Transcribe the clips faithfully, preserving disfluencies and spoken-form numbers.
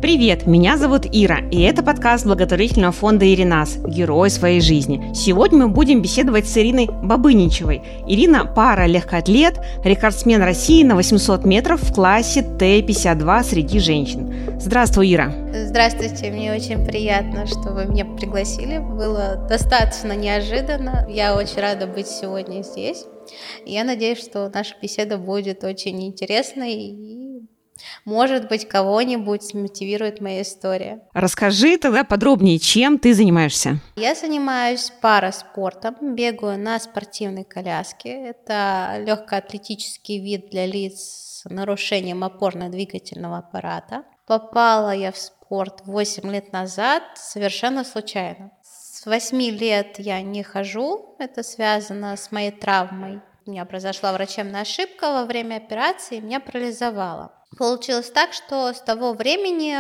Привет, меня зовут Ира, и это подкаст благотворительного фонда «Иринас. Герой своей жизни». Сегодня мы будем беседовать с Ириной Бабыничевой. Ирина – пара-легкоатлет, рекордсмен России на восемьсот метров в классе Т пятьдесят два среди женщин. Здравствуй, Ира. Здравствуйте, мне очень приятно, что вы меня пригласили. Было достаточно неожиданно. Я очень рада быть сегодня здесь. Я надеюсь, что наша беседа будет очень интересной и, может быть, кого-нибудь смотивирует моя история. Расскажи тогда подробнее, чем ты занимаешься. Я занимаюсь параспортом, бегаю на спортивной коляске. Это легкоатлетический вид для лиц с нарушением опорно-двигательного аппарата. Попала я в спорт восемь лет назад совершенно случайно. С восьми лет я не хожу, это связано с моей травмой. У меня произошла врачебная ошибка во время операции, меня парализовало. Получилось так, что с того времени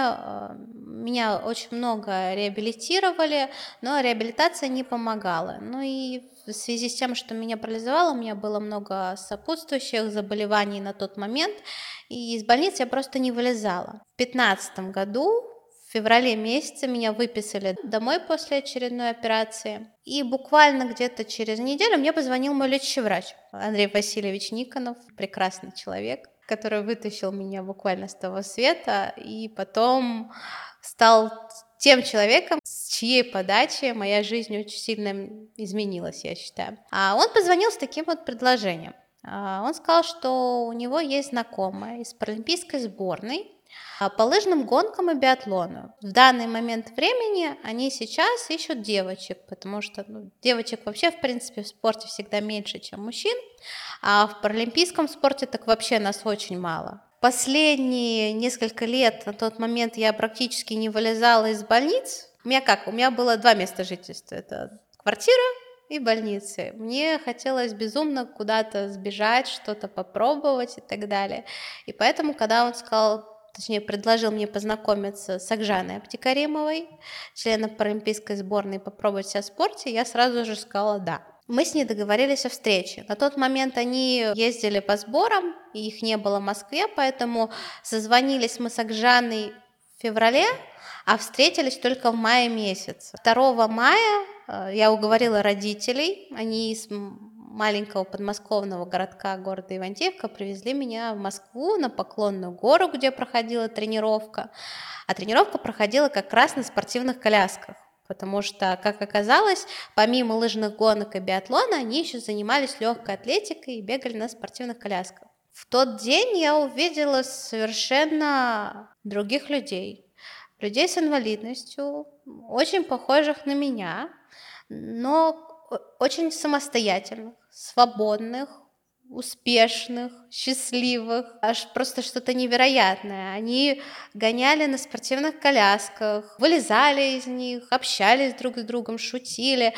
меня очень много реабилитировали, но реабилитация не помогала. Ну и в связи с тем, что меня парализовало, у меня было много сопутствующих заболеваний на тот момент, и из больницы я просто не вылезала. В две тысячи пятнадцатом году, в феврале месяце, меня выписали домой после очередной операции, и буквально где-то через неделю мне позвонил мой лечащий врач Андрей Васильевич Никонов, прекрасный человек, который вытащил меня буквально с того света, и потом стал тем человеком, с чьей подачи моя жизнь очень сильно изменилась, я считаю. А он позвонил с таким вот предложением. Он сказал, что у него есть знакомая из паралимпийской сборной по лыжным гонкам и биатлону. В данный момент времени они сейчас ищут девочек, потому что ну, девочек вообще, в принципе, в спорте всегда меньше, чем мужчин, а в паралимпийском спорте так вообще нас очень мало. Последние несколько лет, на тот момент, я практически не вылезала из больниц. У меня как? У меня было два места жительства. Это квартира и больницы. Мне хотелось безумно куда-то сбежать, что-то попробовать и так далее. И поэтому, когда он сказал, точнее, предложил мне познакомиться с Акжаной Абдикаримовой, членом паралимпийской сборной, попробовать себя в спорте, я сразу же сказала «да». Мы с ней договорились о встрече. На тот момент они ездили по сборам, и их не было в Москве, поэтому созвонились мы с Акжаной в феврале, а встретились только в мае месяце. второго мая я уговорила родителей, они из маленького подмосковного городка города Ивантеевка привезли меня в Москву на Поклонную гору, где проходила тренировка. А тренировка проходила как раз на спортивных колясках, потому что, как оказалось, помимо лыжных гонок и биатлона, они еще занимались легкой атлетикой и бегали на спортивных колясках. В тот день я увидела совершенно других людей, людей с инвалидностью, очень похожих на меня, но очень самостоятельных, свободных, успешных, счастливых, аж просто что-то невероятное. Они гоняли на спортивных колясках, вылезали из них, общались друг с другом, шутили,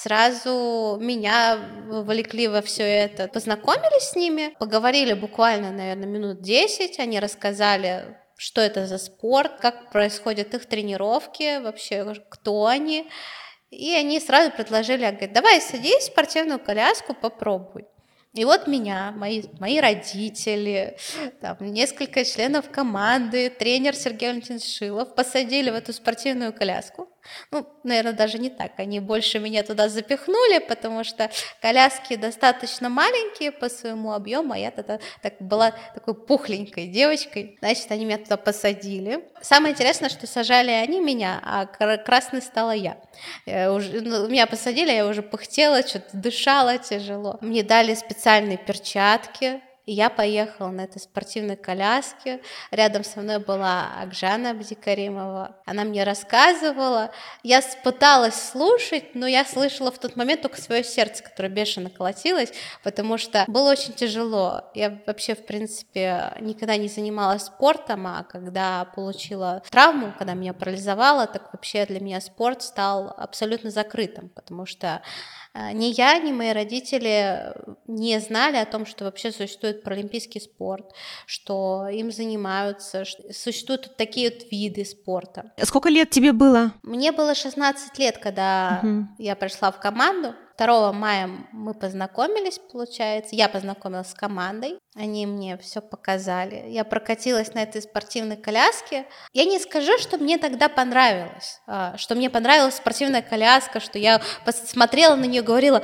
сразу меня вовлекли во все это. Познакомились с ними, поговорили буквально, наверное, минут десять, они рассказали, что это за спорт, как происходят их тренировки, вообще кто они. И они сразу предложили, говорят, давай садись в спортивную коляску, попробуй. И вот меня, мои, мои родители, там, несколько членов команды, тренер Сергей Валентинович Шилов посадили в эту спортивную коляску. Ну, наверное, даже не так, они больше меня туда запихнули, потому что коляски достаточно маленькие по своему объему, а я тогда так, была такой пухленькой девочкой, значит, они меня туда посадили. Самое интересное, что сажали они меня, а красной стала я. я уже, ну, меня посадили, я уже пыхтела, что-то дышала тяжело. Мне дали специальные перчатки, и я поехала на этой спортивной коляске. Рядом со мной была Акжана Абдикаримова. Она мне рассказывала. Я пыталась слушать, но я слышала в тот момент только свое сердце, которое бешено колотилось, потому что было очень тяжело. Я вообще, в принципе, никогда не занималась спортом, а когда получила травму, когда меня парализовало, так вообще для меня спорт стал абсолютно закрытым, потому что ни я, ни мои родители не знали о том, что вообще существует паралимпийский спорт, что им занимаются, что существуют вот такие вот виды спорта. Сколько лет тебе было? Мне было шестнадцать лет, когда угу. я пришла в команду. второго мая мы познакомились, получается. Я познакомилась с командой. Они мне все показали. Я прокатилась на этой спортивной коляске. Я не скажу, что мне тогда понравилось. Что мне понравилась спортивная коляска, что я посмотрела на нее и говорила: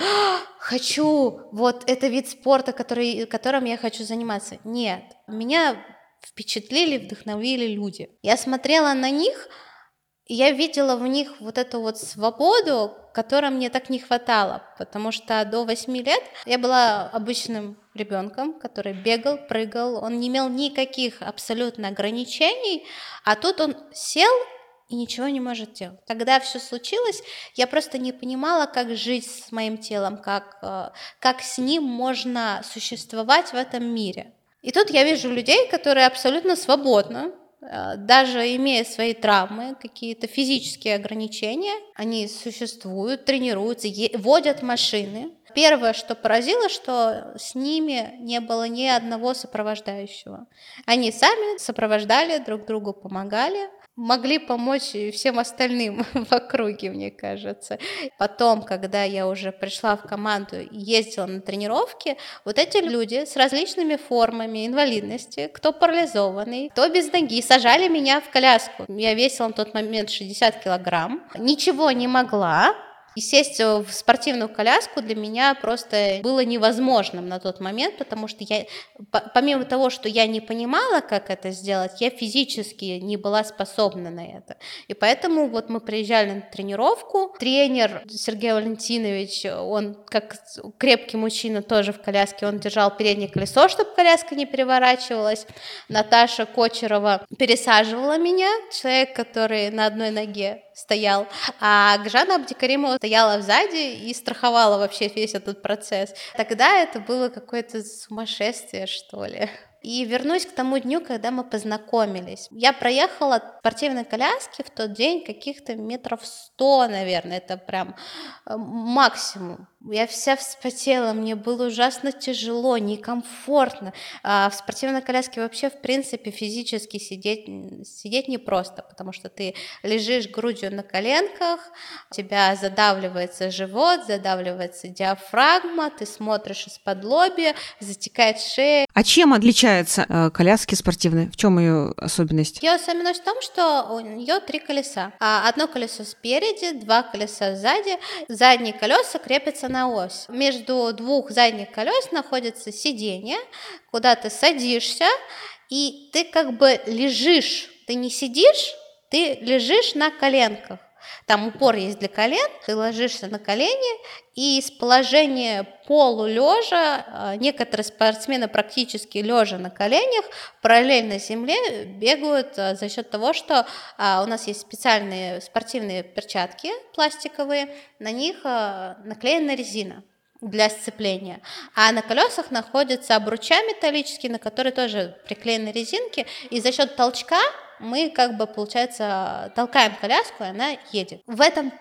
хочу, вот это вид спорта, который, которым я хочу заниматься. Нет, меня впечатлили, вдохновили люди. Я смотрела на них, и я видела в них вот эту вот свободу, которой мне так не хватало, потому что до восьми лет я была обычным ребенком, который бегал, прыгал, он не имел никаких абсолютно ограничений, а тут он сел и ничего не может делать. Когда все случилось, я просто не понимала, как жить с моим телом, как, как с ним можно существовать в этом мире. И тут я вижу людей, которые абсолютно свободно, даже имея свои травмы, какие-то физические ограничения, они существуют, тренируются, е- водят машины. Первое, что поразило, что с ними не было ни одного сопровождающего. Они сами сопровождали, друг другу помогали, могли помочь и всем остальным в округе, мне кажется. Потом, когда я уже пришла в команду и ездила на тренировки, вот эти люди с различными формами инвалидности, кто парализованный, кто без ноги, сажали меня в коляску. Я весила на тот момент шестьдесят килограмм, ничего не могла. И сесть в спортивную коляску для меня просто было невозможным на тот момент, потому что я, помимо того, что я не понимала, как это сделать, я физически не была способна на это. И поэтому вот мы приезжали на тренировку, тренер Сергей Валентинович, он как крепкий мужчина тоже в коляске, он держал переднее колесо, чтобы коляска не переворачивалась. Наташа Кочерова пересаживала меня, человек, который на одной ноге стоял, а Гжана Абдикаримова стояла сзади и страховала вообще весь этот процесс. Тогда это было какое-то сумасшествие, что ли. И вернусь к тому дню, когда мы познакомились. Я проехала в спортивной коляске в тот день каких-то метров сто, наверное, это прям максимум. Я вся вспотела, мне было ужасно тяжело, некомфортно. А в спортивной коляске вообще, в принципе, физически сидеть, сидеть непросто, потому что ты лежишь грудью на коленках, у тебя задавливается живот, задавливается диафрагма, ты смотришь из-под лобья, затекает шея. А чем отличаются э, коляски спортивные? В чем ее особенность? Ее особенность в том, что у нее три колеса. Одно колесо спереди, два колеса сзади. Задние колеса крепятся на ось. Между двух задних колес находится сиденье, куда ты садишься, и ты как бы лежишь. Ты не сидишь, ты лежишь на коленках. Там упор есть для колен, ты ложишься на колени, и из положения полулежа, некоторые спортсмены практически лежа на коленях, параллельно земле бегают за счет того, что у нас есть специальные спортивные перчатки пластиковые, на них наклеена резина для сцепления, а на колесах находятся обруча металлические, на которые тоже приклеены резинки, и за счет толчка мы как бы, получается, толкаем коляску, и она едет. В этом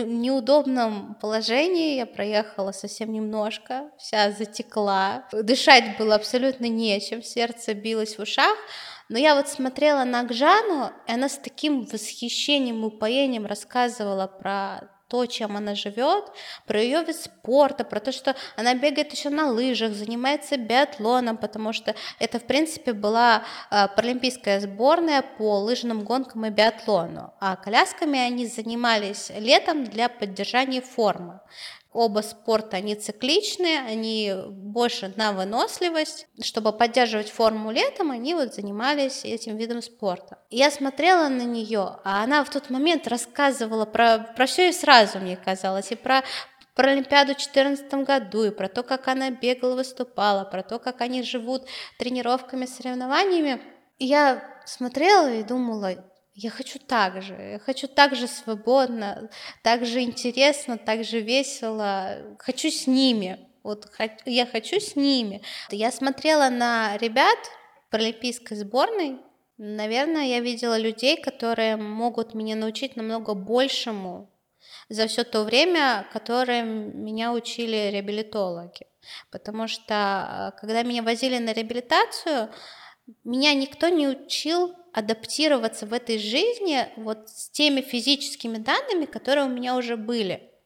неудобном положении я проехала совсем немножко, вся затекла, дышать было абсолютно нечем, сердце билось в ушах, но я вот смотрела на Гжану, и она с таким восхищением и упоением рассказывала про то, чем она живет, про ее вид спорта, про то, что она бегает еще на лыжах, занимается биатлоном, потому что это, в принципе, была э, паралимпийская сборная по лыжным гонкам и биатлону, а колясками они занимались летом для поддержания формы. Оба спорта, они цикличные, они больше на выносливость. Чтобы поддерживать форму летом, они вот занимались этим видом спорта. Я смотрела на нее, а она в тот момент рассказывала про, про все и сразу, мне казалось, и про Паралимпиаду в две тысячи четырнадцатом году, и про то, как она бегала, выступала, про то, как они живут тренировками, соревнованиями. И я смотрела и думала: я хочу так же, я хочу так же свободно, так же интересно, так же весело, хочу с ними, вот я хочу с ними. Я смотрела на ребят паралимпийской сборной, наверное, я видела людей, которые могут меня научить намного большему за все то время, которое меня учили реабилитологи. Потому что, когда меня возили на реабилитацию, меня никто не учил адаптироваться в этой жизни вот с теми физическими данными, которые у меня уже были.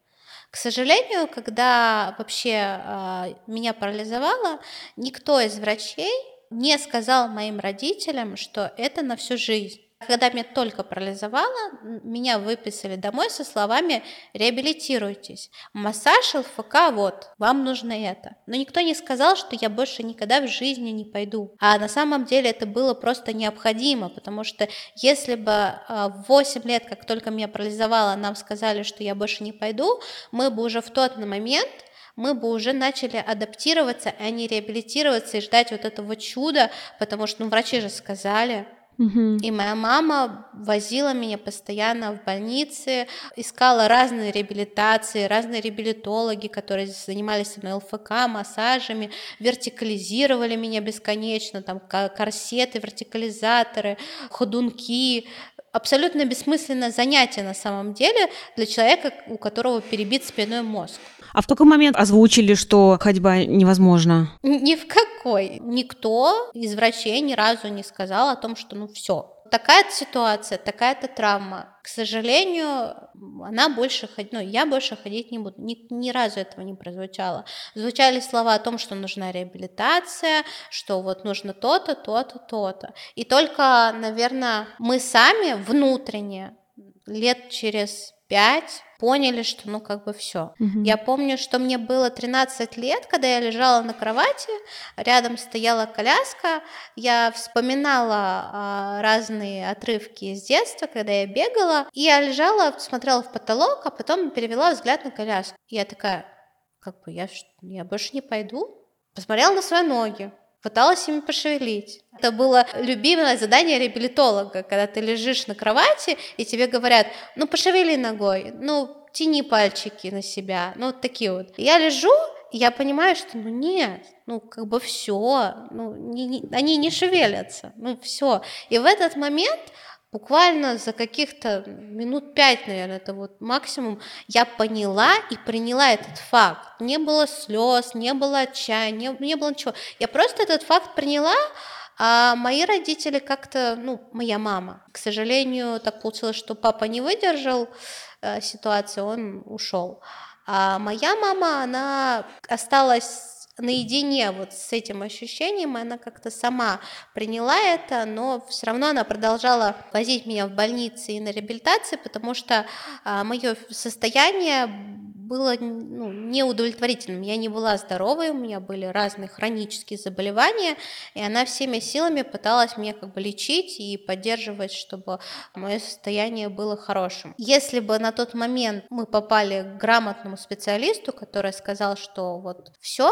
К сожалению, когда вообще а, меня парализовало, никто из врачей не сказал моим родителям, что это на всю жизнь. Когда меня только парализовало, м, меня выписали домой со словами «реабилитируйтесь». Массаж, ЛФК, вот, вам нужно это. Но никто не сказал, что я больше никогда в жизни не пойду. А на самом деле это было просто необходимо, потому что если бы а, в восемь лет, как только меня парализовало, нам сказали, что я больше не пойду, мы бы уже в тот момент мы бы уже начали адаптироваться, а не реабилитироваться и ждать вот этого чуда, потому что, ну, врачи же сказали. Мгм. И моя мама возила меня постоянно в больницы, искала разные реабилитации, разные реабилитологи, которые занимались со мной ЛФК, массажами, вертикализировали меня бесконечно, там ка- корсеты, вертикализаторы, ходунки. Абсолютно бессмысленное занятие на самом деле для человека, у которого перебит спинной мозг. А в какой момент озвучили, что ходьба невозможна? Ни в какой. Никто из врачей ни разу не сказал о том, что ну все. Такая-то ситуация, такая-то травма. К сожалению, она больше ходить, ну, я больше ходить не буду. Ни, ни разу этого не прозвучало. Звучали слова о том, что нужна реабилитация, что вот нужно то-то, то-то, то-то. И только, наверное, мы сами внутренне лет через пять поняли, что ну как бы все. Мгм. Я помню, что мне было тринадцать лет, когда я лежала на кровати, рядом стояла коляска, я вспоминала а, разные отрывки из детства, когда я бегала, и я лежала, смотрела в потолок, а потом перевела взгляд на коляску. И я такая, как бы я, ш- я больше не пойду. Посмотрела на свои ноги, пыталась ими пошевелить. Это было любимое задание реабилитолога, когда ты лежишь на кровати, и тебе говорят, ну, пошевели ногой, ну, тяни пальчики на себя, ну, вот такие вот. И я лежу, и я понимаю, что, ну, нет, ну, как бы все, ну, не- не- они не шевелятся, ну, все. И в этот момент буквально за каких-то минут пять, наверное, это вот максимум, я поняла и приняла этот факт. Не было слез, не было отчаяния, не, не было ничего. Я просто этот факт приняла, а мои родители как-то, ну, моя мама, к сожалению, так получилось, что папа не выдержал э, ситуацию, он ушел. А моя мама, она осталась наедине вот с этим ощущением, и она как-то сама приняла это, но все равно она продолжала возить меня в больницы и на реабилитации, потому что а, мое состояние было ну, неудовлетворительным. Я не была здоровой, у меня были разные хронические заболевания, и она всеми силами пыталась меня как бы лечить и поддерживать, чтобы мое состояние было хорошим. Если бы на тот момент мы попали к грамотному специалисту, который сказал, что вот все,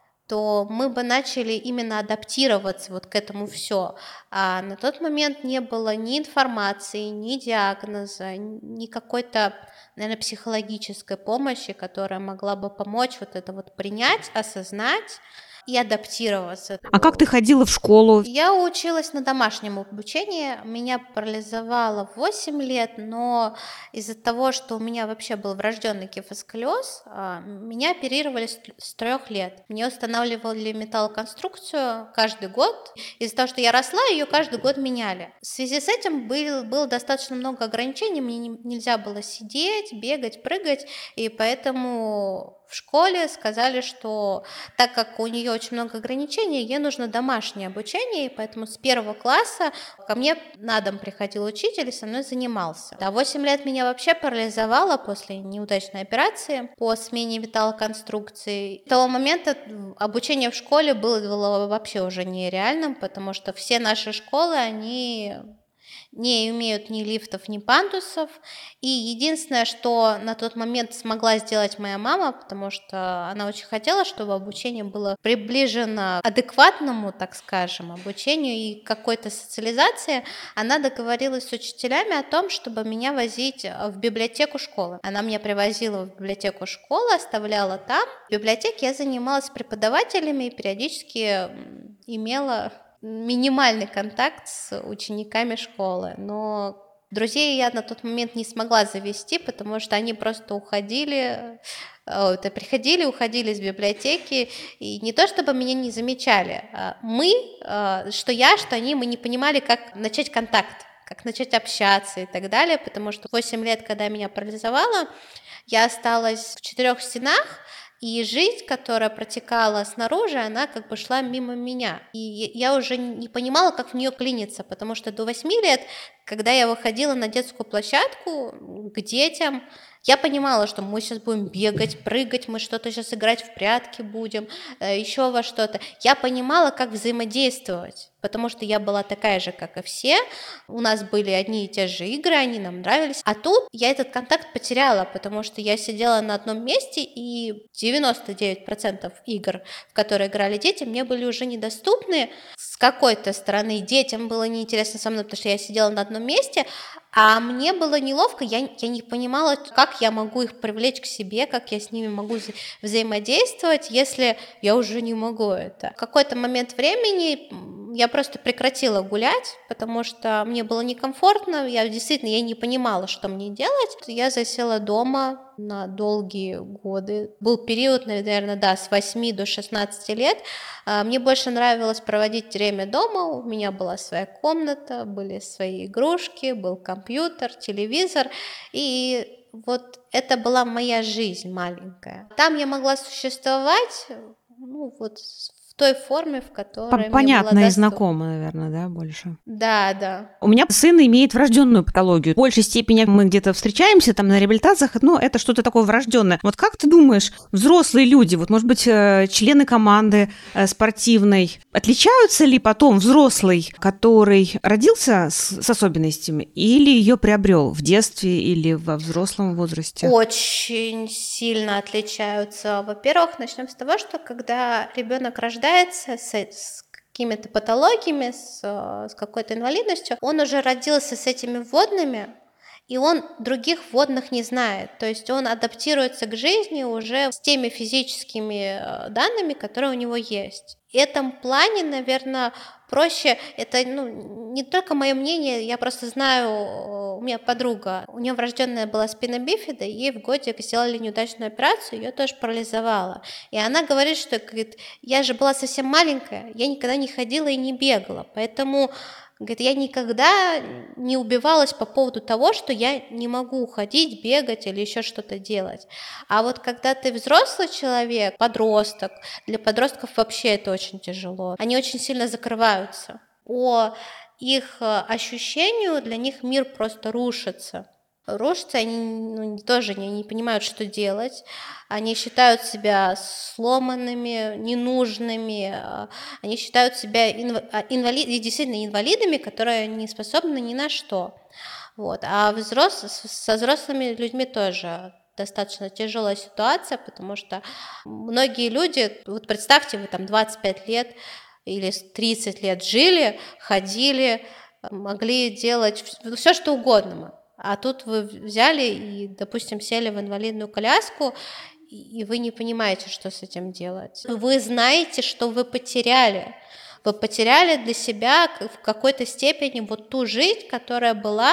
то мы бы начали именно адаптироваться вот к этому все. А на тот момент не было ни информации, ни диагноза, ни какой-то, наверное, психологической помощи, которая могла бы помочь вот это вот принять, осознать и адаптироваться. А как ты ходила в школу? Я училась на домашнем обучении, меня парализовало в восемь лет, но из-за того, что у меня вообще был врожденный кифосколиоз, а, меня оперировали с с трех лет. Мне устанавливали металлоконструкцию каждый год. Из-за того, что я росла, ее каждый год меняли. В связи с этим был, было достаточно много ограничений, мне не- нельзя было сидеть, бегать, прыгать, и поэтому в школе сказали, что так как у нее очень много ограничений, ей нужно домашнее обучение, и поэтому с первого класса ко мне на дом приходил учитель и со мной занимался. Да, восемь лет меня вообще парализовало после неудачной операции по смене металлоконструкции. С того момента обучение в школе было вообще уже нереальным, потому что все наши школы, они не имеют ни лифтов, ни пандусов. И единственное, что на тот момент смогла сделать моя мама, потому что она очень хотела, чтобы обучение было приближено адекватному, так скажем, обучению и какой-то социализации, она договорилась с учителями о том, чтобы меня возить в библиотеку школы. Она меня привозила в библиотеку школы, оставляла там. В библиотеке я занималась с преподавателями и периодически м, имела минимальный контакт с учениками школы, но друзей я на тот момент не смогла завести, потому что они просто уходили, э, это, приходили, уходили из библиотеки, и не то чтобы меня не замечали, а мы, э, что я, что они, мы не понимали, как начать контакт. как начать общаться и так далее, потому что восемь лет, когда меня парализовало, я осталась в четырех стенах, и жизнь, которая протекала снаружи, она как бы шла мимо меня. И я уже не понимала, как в нее клиниться, потому что до восьми лет, когда я выходила на детскую площадку к детям, я понимала, что мы сейчас будем бегать, прыгать, мы что-то сейчас играть в прятки будем, еще во что-то. Я понимала, как взаимодействовать, потому что я была такая же, как и все. У нас были одни и те же игры, они нам нравились. А тут я этот контакт потеряла, потому что я сидела на одном месте, и девяносто девять процентов игр, в которые играли дети, мне были уже недоступны. С какой-то стороны детям было неинтересно со мной, потому что я сидела на одном месте, а мне было неловко, я, я не понимала, как я могу их привлечь к себе, как я с ними могу вза- взаимодействовать, если я уже не могу это. В какой-то момент времени я просто прекратила гулять, потому что мне было некомфортно, я действительно я не понимала, что мне делать. Я засела дома на долгие годы. Был период, наверное, да, с восьми до шестнадцати лет. Мне больше нравилось проводить время дома, у меня была своя комната, были свои игрушки, был компьютер, телевизор, и вот это была моя жизнь маленькая. Там я могла существовать, ну вот в той форме, в которой мне Понятно была и доступна. знакомо, наверное, да, больше. Да, да. У меня сын имеет врожденную патологию. В большей степени мы где-то встречаемся там на реабилитациях, но это что-то такое врожденное. Вот как ты думаешь, взрослые люди, вот, может быть, э, члены команды э, спортивной, отличаются ли потом взрослый, который родился с, с особенностями, или ее приобрел в детстве или во взрослом возрасте? Очень сильно отличаются. Во-первых, начнем с того, что когда ребенок рождается с, с какими-то патологиями, с, с какой-то инвалидностью, он уже родился с этими вводными, и он других вводных не знает. То есть он адаптируется к жизни уже с теми физическими данными, которые у него есть. В этом плане, наверное, проще, это ну, не только мое мнение, я просто знаю, у меня подруга, у нее врожденная была спина бифида, ей в годик сделали неудачную операцию, ее тоже парализовало. И она говорит, что говорит, я же была совсем маленькая, я никогда не ходила и не бегала, поэтому... Говорит, я никогда не убивалась по поводу того, что я не могу ходить, бегать или еще что-то делать. А вот когда ты взрослый человек, подросток, для подростков вообще это очень тяжело. Они очень сильно закрываются. По их ощущению для них мир просто рушится. Рушится, они ну, тоже не, не понимают, что делать. Они считают себя сломанными, ненужными. Они считают себя инв... инвалид... действительно инвалидами, которые не способны ни на что. Вот. А взрос... со взрослыми людьми тоже достаточно тяжелая ситуация, потому что многие люди, вот представьте, вы там двадцать пять лет или тридцать лет жили, ходили, могли делать все, что угодно. А тут вы взяли и, допустим, сели в инвалидную коляску, и вы не понимаете, что с этим делать. Вы знаете, что вы потеряли. Вы потеряли для себя в какой-то степени вот ту жизнь, которая была,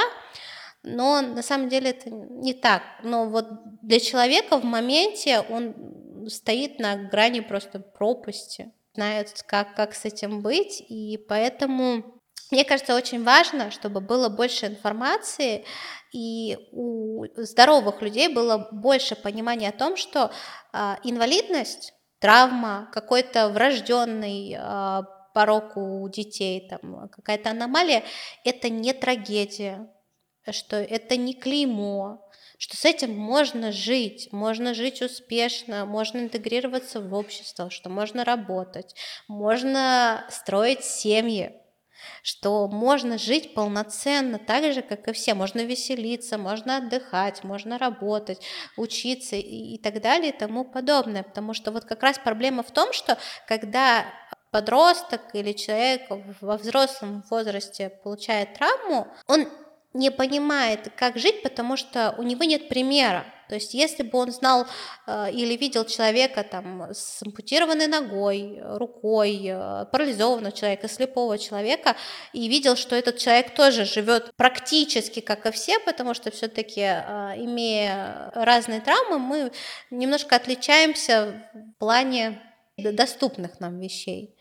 но на самом деле это не так. Но вот для человека в моменте он стоит на грани просто пропасти, знает, как, как с этим быть, и поэтому... Мне кажется, очень важно, чтобы было больше информации, и у здоровых людей было больше понимания о том, что э, инвалидность, травма, какой-то врожденный э, порок у детей, там, какая-то аномалия, это не трагедия, что это не клеймо, что с этим можно жить, можно жить успешно, можно интегрироваться в общество, что можно работать, можно строить семьи, что можно жить полноценно так же, как и все. Можно веселиться, можно отдыхать, можно работать, учиться и, и так далее и тому подобное. Потому что вот как раз проблема в том, что когда подросток или человек во взрослом возрасте получает травму, он не понимает, как жить, потому что у него нет примера. То есть если бы он знал э, или видел человека там, с ампутированной ногой, рукой, э, парализованного человека, слепого человека, и видел, что этот человек тоже живет практически как и все, потому что все-таки, э, имея разные травмы, мы немножко отличаемся в плане доступных нам вещей.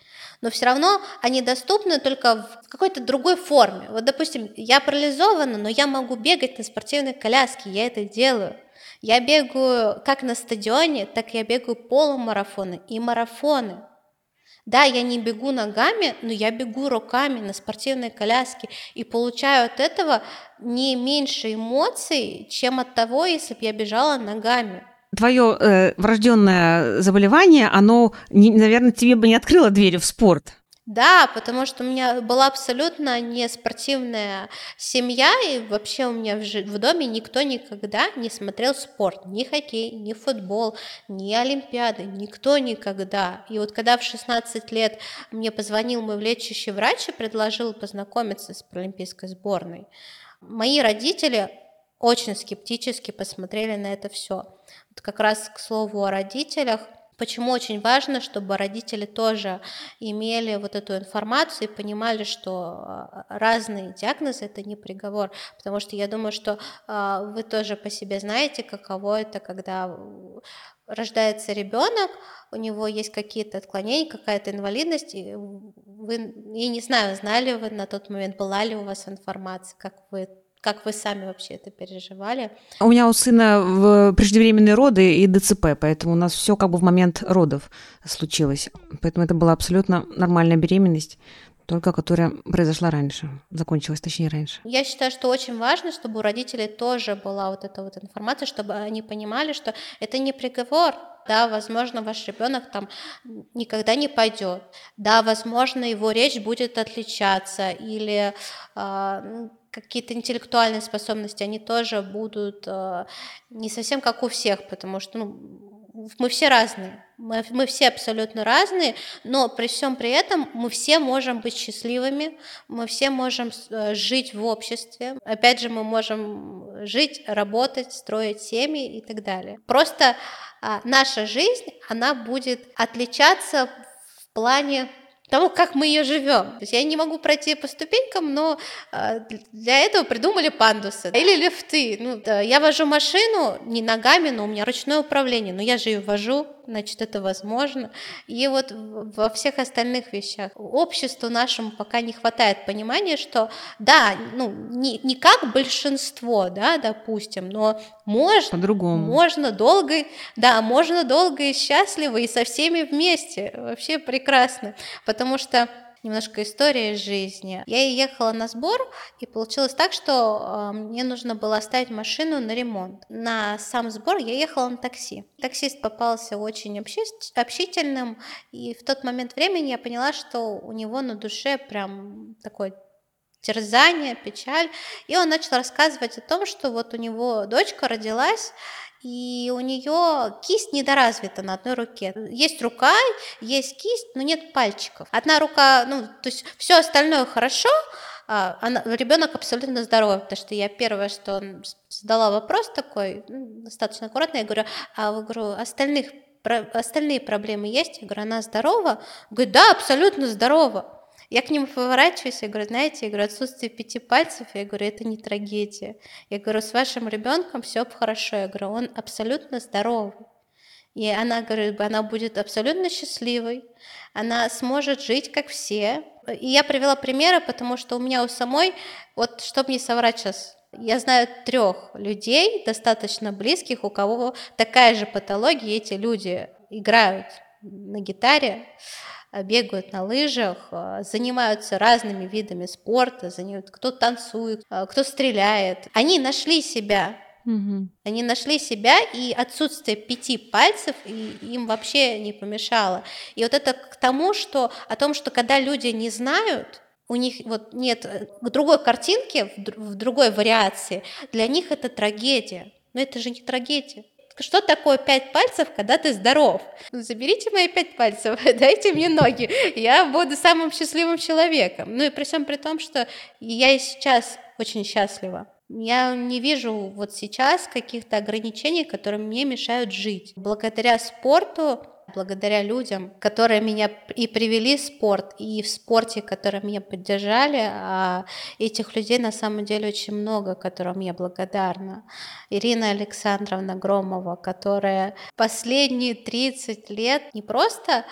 но все равно они доступны только в какой-то другой форме. Вот, допустим, я парализована, но я могу бегать на спортивной коляске, я это делаю. Я бегаю как на стадионе, так я бегаю полумарафоны и марафоны. Да, я не бегу ногами, но я бегу руками на спортивной коляске и получаю от этого не меньше эмоций, чем от того, если бы я бежала ногами. Твое э, врожденное заболевание, оно, не, наверное, тебе бы не открыло двери в спорт. Да, потому что у меня была абсолютно не спортивная семья, и вообще у меня в, жи- в доме никто никогда не смотрел спорт, ни хоккей, ни футбол, ни олимпиады, никто никогда. И вот когда в шестнадцать лет мне позвонил мой лечащий врач и предложил познакомиться с паралимпийской сборной, мои родители очень скептически посмотрели на это все. Вот как раз к слову о родителях. Почему очень важно, чтобы родители тоже имели вот эту информацию и понимали, что разные диагнозы – это не приговор, потому что я думаю, что э, вы тоже по себе знаете, каково это, когда рождается ребенок, у него есть какие-то отклонения, какая-то инвалидность, и вы, я не знаю, знали вы на тот момент, была ли у вас информация, как вы Как вы сами вообще это переживали? У меня у сына в преждевременные роды и ДЦП, поэтому у нас все как бы в момент родов случилось. Поэтому это была абсолютно нормальная беременность, только которая произошла раньше, закончилась, точнее, раньше. Я считаю, что очень важно, чтобы у родителей тоже была вот эта вот информация, чтобы они понимали, что это не приговор. Да, возможно, ваш ребенок там никогда не пойдет. Да, возможно, его речь будет отличаться, или э, какие-то интеллектуальные способности, они тоже будут э, не совсем как у всех, потому что ну, мы все разные, мы, мы все абсолютно разные, но при всем при этом мы все можем быть счастливыми, мы все можем э, жить в обществе, опять же, мы можем жить, работать, строить семьи и так далее. Просто э, наша жизнь, она будет отличаться в плане того, как мы ее живем. То есть я не могу пройти по ступенькам, но э, для этого придумали пандусы или лифты. Ну, да, я вожу машину не ногами, но у меня ручное управление, но я же ее вожу, значит, это возможно. И вот во всех остальных вещах обществу нашему пока не хватает понимания, что да, ну, не, не как большинство, да, допустим, но можно, По-другому. можно долго, да, можно долго и счастливо, и со всеми вместе. Вообще прекрасно. Потому что немножко история из жизни. Я ехала на сбор, и получилось так, что э, мне нужно было оставить машину на ремонт. На сам сбор я ехала на такси. Таксист попался очень общи- общительным, и в тот момент времени я поняла, что у него на душе прям такой терзание, печаль. И он начал рассказывать о том, что вот у него дочка родилась, и у нее кисть недоразвита на одной руке. Есть рука, есть кисть, но нет пальчиков. Одна рука, ну, то есть все остальное хорошо, а она, ребенок абсолютно здоровый, потому что я первое, что он задала вопрос такой, ну, достаточно аккуратно, я говорю, а вы, говорю, остальных, про, остальные проблемы есть? Я говорю, она здорова? Он говорит, да, абсолютно здорова. Я к нему поворачиваюсь, я говорю, знаете, я говорю, отсутствие пяти пальцев, я говорю, это не трагедия. Я говорю, с вашим ребенком все хорошо, я говорю, он абсолютно здоровый. И она говорит, она будет абсолютно счастливой, она сможет жить как все. И я привела примеры, потому что у меня у самой, вот чтобы не соврать сейчас, я знаю трех людей, достаточно близких, у кого такая же патология, и эти люди играют на гитаре, бегают на лыжах, занимаются разными видами спорта, кто танцует, кто стреляет. Они нашли себя. Угу. Они нашли себя, и отсутствие пяти пальцев им вообще не помешало. И вот это к тому, что о том, что когда люди не знают, у них вот нет другой картинки, в другой вариации, для них это трагедия. Но это же не трагедия. Что такое пять пальцев, когда ты здоров? Ну, заберите мои пять пальцев, дайте мне ноги, я буду самым счастливым человеком. Ну и при всем при том, что я и сейчас очень счастлива. Я не вижу вот сейчас каких-то ограничений, которые мне мешают жить. Благодаря спорту, благодаря людям, которые меня и привели в спорт, и в спорте, которые меня поддержали, а этих людей на самом деле очень много, которым я благодарна. Ирина Александровна Громова, которая последние тридцать лет не просто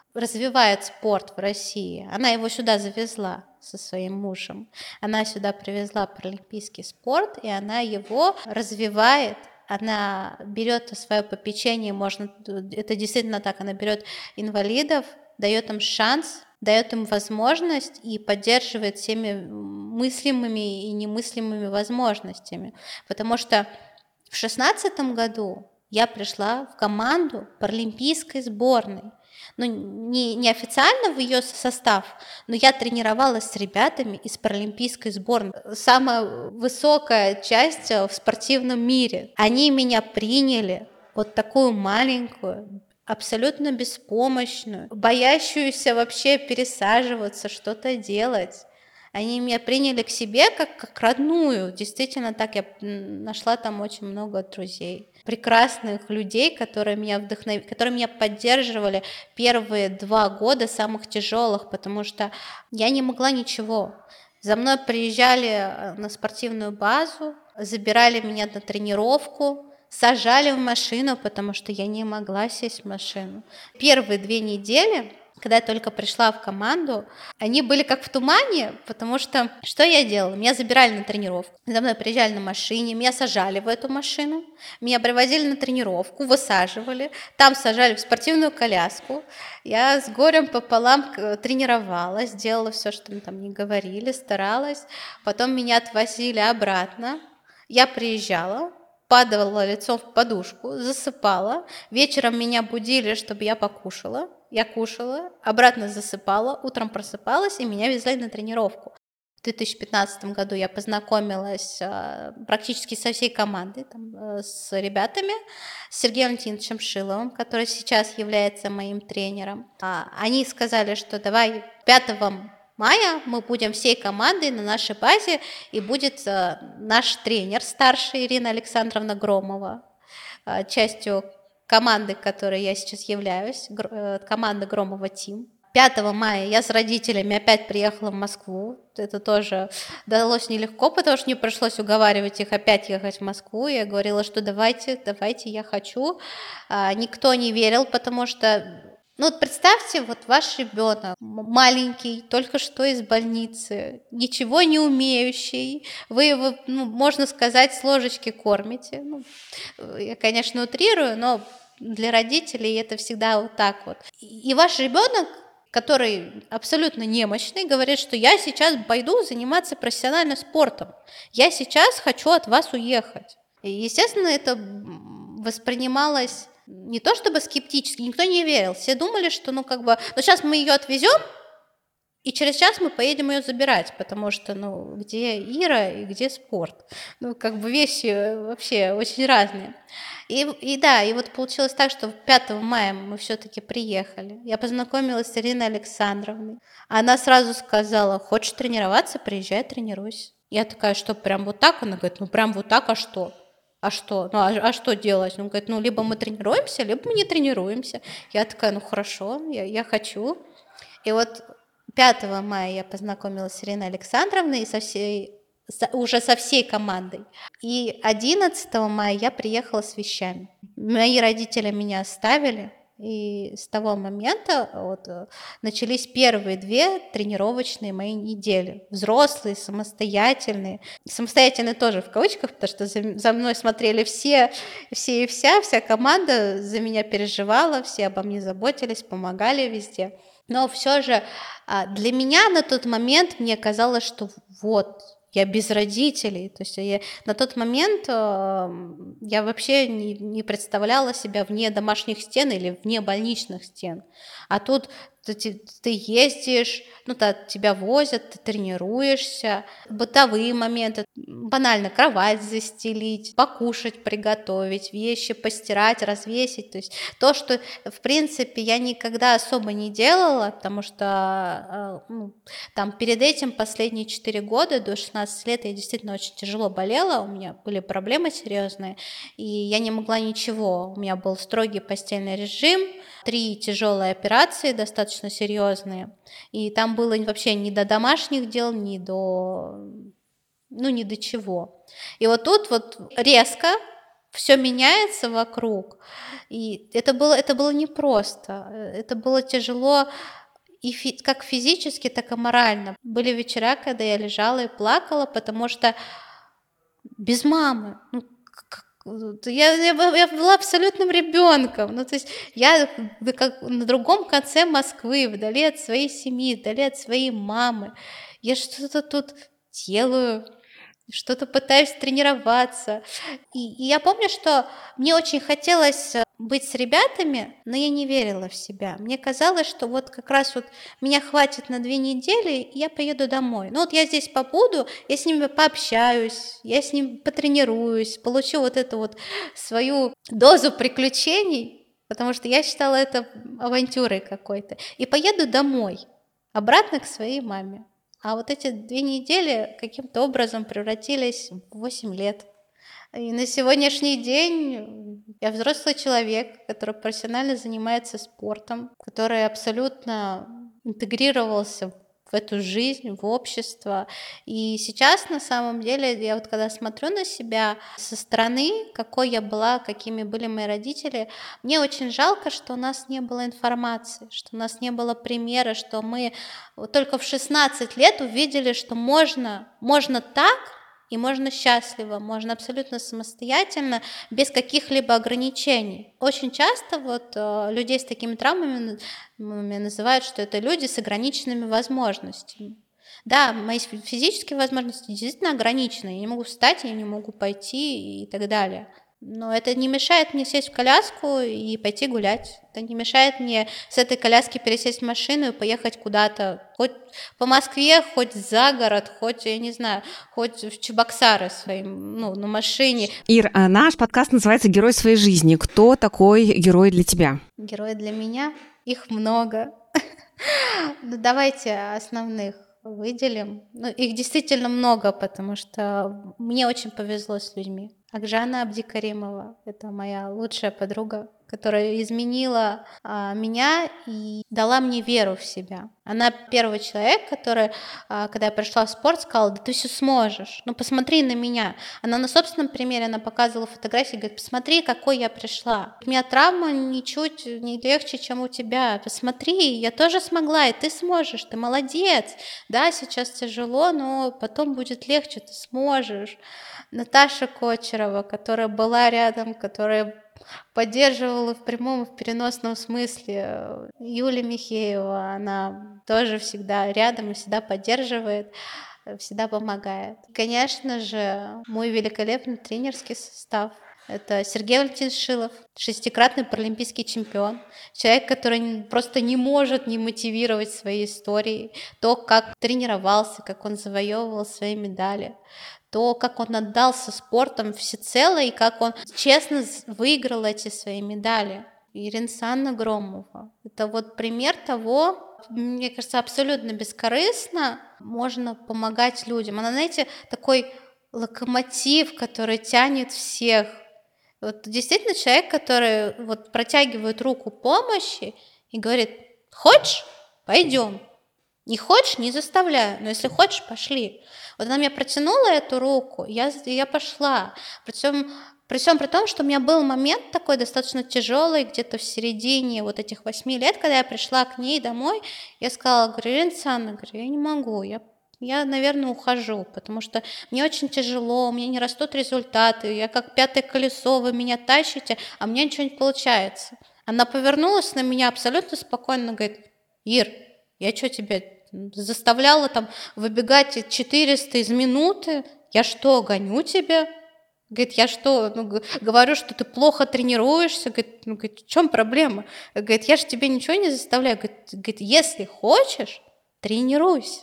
развивает спорт в России. Она его сюда завезла со своим мужем. Она сюда привезла паралимпийский спорт, и она его развивает. Она берет свое попечение, можно, это действительно так, она берет инвалидов, дает им шанс, дает им возможность и поддерживает всеми мыслимыми и немыслимыми возможностями. Потому что в шестнадцатом году я пришла в команду паралимпийской сборной. Ну, не, не официально в ее состав, но я тренировалась с ребятами из паралимпийской сборной. Самая высокая часть в спортивном мире. Они меня приняли, вот такую маленькую, абсолютно беспомощную, боящуюся вообще пересаживаться, что-то делать. Они меня приняли к себе как, как родную. Действительно так, я нашла там очень много друзей. Прекрасных людей, которые меня вдохновили, которые меня поддерживали первые два года самых тяжелых, потому что я не могла ничего. За мной приезжали на спортивную базу, забирали меня на тренировку, сажали в машину, потому что я не могла сесть в машину. Первые две недели, когда я только пришла в команду, они были как в тумане, потому что что я делала? Меня забирали на тренировку, за мной приезжали на машине, меня сажали в эту машину, меня привозили на тренировку, высаживали, там сажали в спортивную коляску, я с горем пополам тренировалась, делала все, что мне там не говорили, старалась, потом меня отвозили обратно, я приезжала, падала лицом в подушку, засыпала, вечером меня будили, чтобы я покушала, я кушала, обратно засыпала, утром просыпалась, и меня везли на тренировку. В две тысячи пятнадцатом году я познакомилась э, практически со всей командой, там, э, с ребятами, с Сергеем Валентиновичем Шиловым, который сейчас является моим тренером. А, они сказали, что давай пятого мая мы будем всей командой на нашей базе, и будет э, наш тренер старший Ирина Александровна Громова, э, частью команды, которой я сейчас являюсь, команда Громова Тим. пятого мая я с родителями опять приехала в Москву. Это тоже далось нелегко, потому что мне пришлось уговаривать их опять ехать в Москву. Я говорила, что давайте, давайте, я хочу. А, никто не верил, потому что... Ну вот представьте, вот ваш ребенок маленький, только что из больницы, ничего не умеющий, вы его, ну, можно сказать, с ложечки кормите. Ну, я, конечно, утрирую, но для родителей это всегда вот так вот. И ваш ребенок, который абсолютно немощный, говорит, что я сейчас пойду заниматься профессиональным спортом, я сейчас хочу от вас уехать. И, естественно, это воспринималось не то чтобы скептически, никто не верил, все думали, что ну как бы, ну сейчас мы ее отвезем, и через час мы поедем ее забирать, потому что, ну, где Ира и где спорт? Ну, как бы вещи вообще очень разные. И, и да, и вот получилось так, что пятого мая мы все-таки приехали. Я познакомилась с Ириной Александровной. Она сразу сказала: хочешь тренироваться, приезжай, тренируйся. Я такая: что, прям вот так? Она говорит: ну, прям вот так, а что? А что? Ну, а, а что делать? Он говорит: ну, либо мы тренируемся, либо мы не тренируемся. Я такая: ну, хорошо, я, я хочу. И вот пятого мая я познакомилась с Ириной Александровной и со всей, со, уже со всей командой. И одиннадцатого мая я приехала с вещами. Мои родители меня оставили, и с того момента вот, начались первые две тренировочные мои недели. Взрослые, самостоятельные. Самостоятельные тоже в кавычках, потому что за, за мной смотрели все, все и вся, вся команда за меня переживала, все обо мне заботились, помогали везде. Но все же для меня на тот момент мне казалось, что вот, я без родителей. То есть я, на тот момент я вообще не, не представляла себя вне домашних стен или вне больничных стен. А тут ты, ты ездишь, ну, да, тебя возят, ты тренируешься, бытовые моменты, банально кровать застелить, покушать, приготовить, вещи постирать, развесить. То есть то, что, в принципе, я никогда особо не делала, потому что ну, там перед этим последние четыре года, до шестнадцати лет, я действительно очень тяжело болела, у меня были проблемы серьезные, и я не могла ничего. У меня был строгий постельный режим, три тяжелые операции, достаточно серьезные, и там было вообще ни до домашних дел, ни до, ну, ни до чего. И вот тут вот резко все меняется вокруг. И это было, это было непросто, это было тяжело и фи- как физически, так и морально. Были вечера, когда я лежала и плакала, потому что без мамы, ну, как- вот я, я, была я была абсолютным ребенком. Ну, то есть я да, как на другом конце Москвы, вдали от своей семьи, вдали от своей мамы. Я что-то тут делаю, что-то пытаюсь тренироваться. И, и я помню, что мне очень хотелось э, быть с ребятами, но я не верила в себя. Мне казалось, что вот как раз вот меня хватит на две недели, и я поеду домой. Ну вот я здесь побуду, я с ними пообщаюсь, я с ними потренируюсь, получу вот эту вот свою дозу приключений, потому что я считала это авантюрой какой-то, и поеду домой, обратно к своей маме. А вот эти две недели каким-то образом превратились в восемь лет. И на сегодняшний день я взрослый человек, который профессионально занимается спортом, который абсолютно интегрировался в эту жизнь, в общество. И сейчас, на самом деле, я вот когда смотрю на себя со стороны, какой я была, какими были мои родители, мне очень жалко, что у нас не было информации, что у нас не было примера, что мы вот только в шестнадцать лет увидели, что можно, можно так, и можно счастливо, можно абсолютно самостоятельно, без каких-либо ограничений. Очень часто вот э, людей с такими травмами называют, что это люди с ограниченными возможностями. Да, мои физические возможности действительно ограничены. Я не могу встать, я не могу пойти и так далее. Но это не мешает мне сесть в коляску и пойти гулять. Это не мешает мне с этой коляски пересесть в машину и поехать куда-то. Хоть по Москве, хоть за город, хоть, я не знаю, хоть в Чебоксары своим, ну, на машине. Ир, а наш подкаст называется «Герой своей жизни». Кто такой герой для тебя? Герои для меня? Их много. Ну, давайте основных выделим. Ну, их действительно много, потому что мне очень повезло с людьми. Акжана Абдикаримова — это моя лучшая подруга, которая изменила а, меня и дала мне веру в себя. Она первый человек, который, а, когда я пришла в спорт, сказала: да ты все сможешь, ну посмотри на меня. Она на собственном примере, она показывала фотографии, говорит: посмотри, какой я пришла. У меня травма ничуть не легче, чем у тебя. Посмотри, я тоже смогла, и ты сможешь, ты молодец. Да, сейчас тяжело, но потом будет легче, ты сможешь. Наташа Кочерова, которая была рядом, которая поддерживала в прямом и в переносном смысле. Юлия Михеева, она тоже всегда рядом и всегда поддерживает, всегда помогает. Конечно же, мой великолепный тренерский состав. Это Сергей Валентинович Шилов, шестикратный паралимпийский чемпион, человек, который просто не может не мотивировать своей историей, то, как тренировался, как он завоевывал свои медали, то, как он отдался спортом всецело и как он честно выиграл эти свои медали. Ирина Санна Громова — это вот пример того, мне кажется, абсолютно бескорыстно можно помогать людям. Она, знаете, такой локомотив, который тянет всех. Вот действительно человек, который вот протягивает руку помощи и говорит: хочешь, пойдем. Не хочешь, не заставляю, но если хочешь, пошли. Вот она мне протянула эту руку, я, я пошла. Причем, при всем при том, что у меня был момент такой достаточно тяжелый, где-то в середине вот этих восьми лет, когда я пришла к ней домой, я сказала: говорю, Ирина Александровна, говорю, я не могу, я я, наверное, ухожу, потому что мне очень тяжело, у меня не растут результаты, я как пятое колесо, вы меня тащите, а у меня ничего не получается. Она повернулась на меня абсолютно спокойно, говорит: Ир, я что, тебя заставляла там выбегать четыреста из минуты? Я что, гоню тебя? Говорит, я что, ну, говорю, что ты плохо тренируешься? Говорит, ну, говорит, в чем проблема? Говорит, я же тебе ничего не заставляю. Говорит, говорит, если хочешь, тренируйся.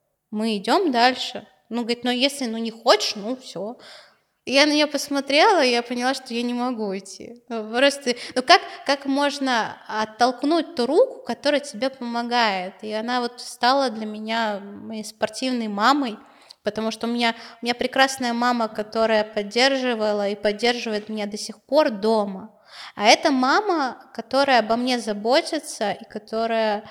Мы идем дальше. Ну, говорит, ну если ну, не хочешь, ну все. Я на нее посмотрела, и я поняла, что я не могу уйти. Ну, просто, ну как, как можно оттолкнуть ту руку, которая тебе помогает? И она вот стала для меня моей спортивной мамой, потому что у меня, у меня прекрасная мама, которая поддерживала и поддерживает меня до сих пор дома. А это мама, которая обо мне заботится и которая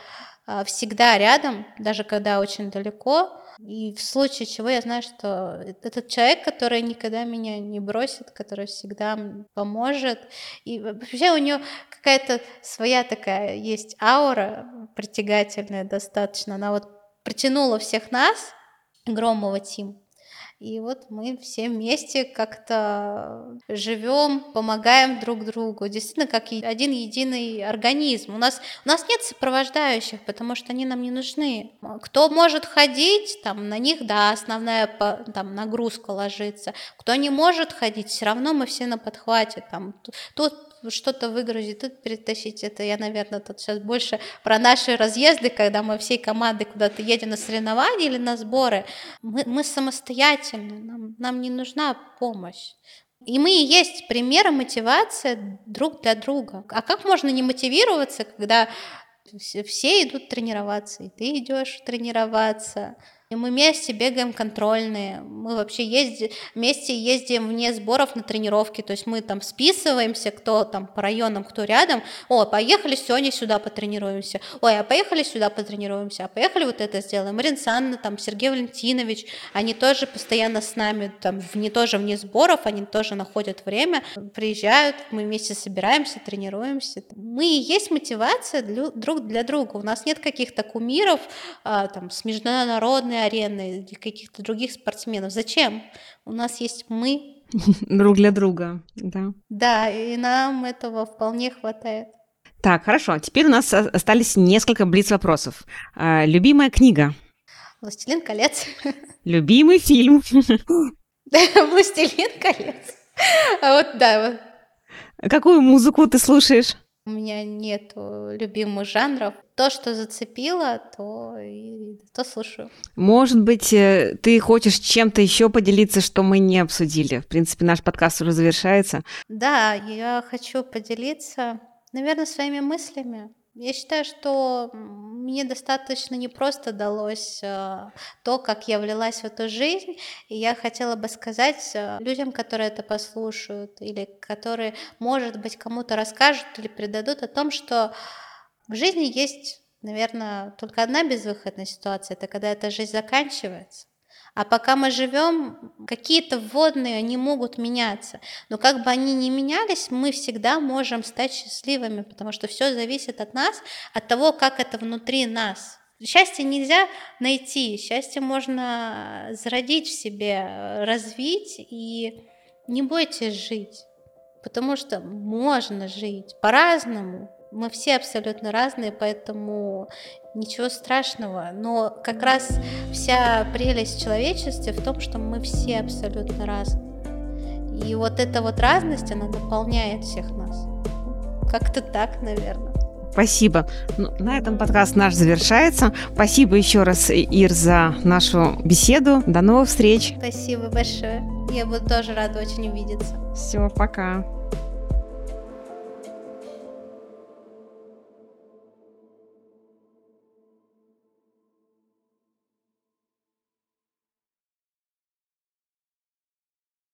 а, всегда рядом, даже когда очень далеко. И в случае чего я знаю, что этот человек, который никогда меня не бросит, который всегда м, поможет. И вообще у него какая-то своя такая есть аура притягательная достаточно. Она вот притянула всех нас, Громова Тим. И вот мы все вместе как-то живем, помогаем друг другу. Действительно, как и один единый организм. У нас, у нас нет сопровождающих, потому что они нам не нужны. Кто может ходить, там, на них, да, основная по- там, нагрузка ложится. Кто не может ходить, все равно мы все на подхвате. Там, т- тут что-то выгрузить, тут перетащить. Это я, наверное, тут сейчас больше про наши разъезды, когда мы всей командой куда-то едем на соревнования или на сборы. Мы, мы самостоятельны, нам, нам не нужна помощь. И мы и есть примеры мотивации друг для друга. А как можно не мотивироваться, когда все, все идут тренироваться, и ты идешь тренироваться, и мы вместе бегаем контрольные, мы вообще езди, вместе ездим вне сборов на тренировки, то есть мы там списываемся, кто там по районам, кто рядом, о, поехали сегодня сюда потренируемся, ой, а поехали сюда потренируемся, а поехали вот это сделаем. Марина Санна, там, Сергей Валентинович, они тоже постоянно с нами, там, вне, тоже вне сборов, они тоже находят время, приезжают, мы вместе собираемся, тренируемся. Мы и есть мотивация для, друг для друга, у нас нет каких-то кумиров, а, там, с международной арены или каких-то других спортсменов. Зачем? У нас есть мы. Друг для друга, да. Да, и нам этого вполне хватает. Так, хорошо. Теперь у нас о- остались несколько блиц-вопросов. А, любимая книга? «Властелин колец». Любимый фильм? «Властелин колец». А вот, да, вот. Какую музыку ты слушаешь? У меня нет любимых жанров. То, что зацепило, то, и, то слушаю. Может быть, э, ты хочешь чем-то еще поделиться, что мы не обсудили? В принципе, наш подкаст уже завершается. Да, я хочу поделиться, наверное, своими мыслями. Я считаю, что м, мне достаточно непросто далось э, то, как я влилась в эту жизнь, и я хотела бы сказать э, людям, которые это послушают, или которые, может быть, кому-то расскажут или передадут о том, что в жизни есть, наверное, только одна безвыходная ситуация, это когда эта жизнь заканчивается. А пока мы живем, какие-то вводные, они могут меняться. Но как бы они ни менялись, мы всегда можем стать счастливыми, потому что все зависит от нас, от того, как это внутри нас. Счастье нельзя найти, счастье можно зародить в себе, развить, и не бойтесь жить, потому что можно жить по-разному. Мы все абсолютно разные, поэтому ничего страшного. Но как раз вся прелесть человечества в том, что мы все абсолютно разные. И вот эта вот разность, она дополняет всех нас. Как-то так, наверное. Спасибо. Ну, на этом подкаст наш завершается. Спасибо еще раз, Ир, за нашу беседу. До новых встреч. Спасибо большое. Я буду тоже рада очень увидеться. Все, пока.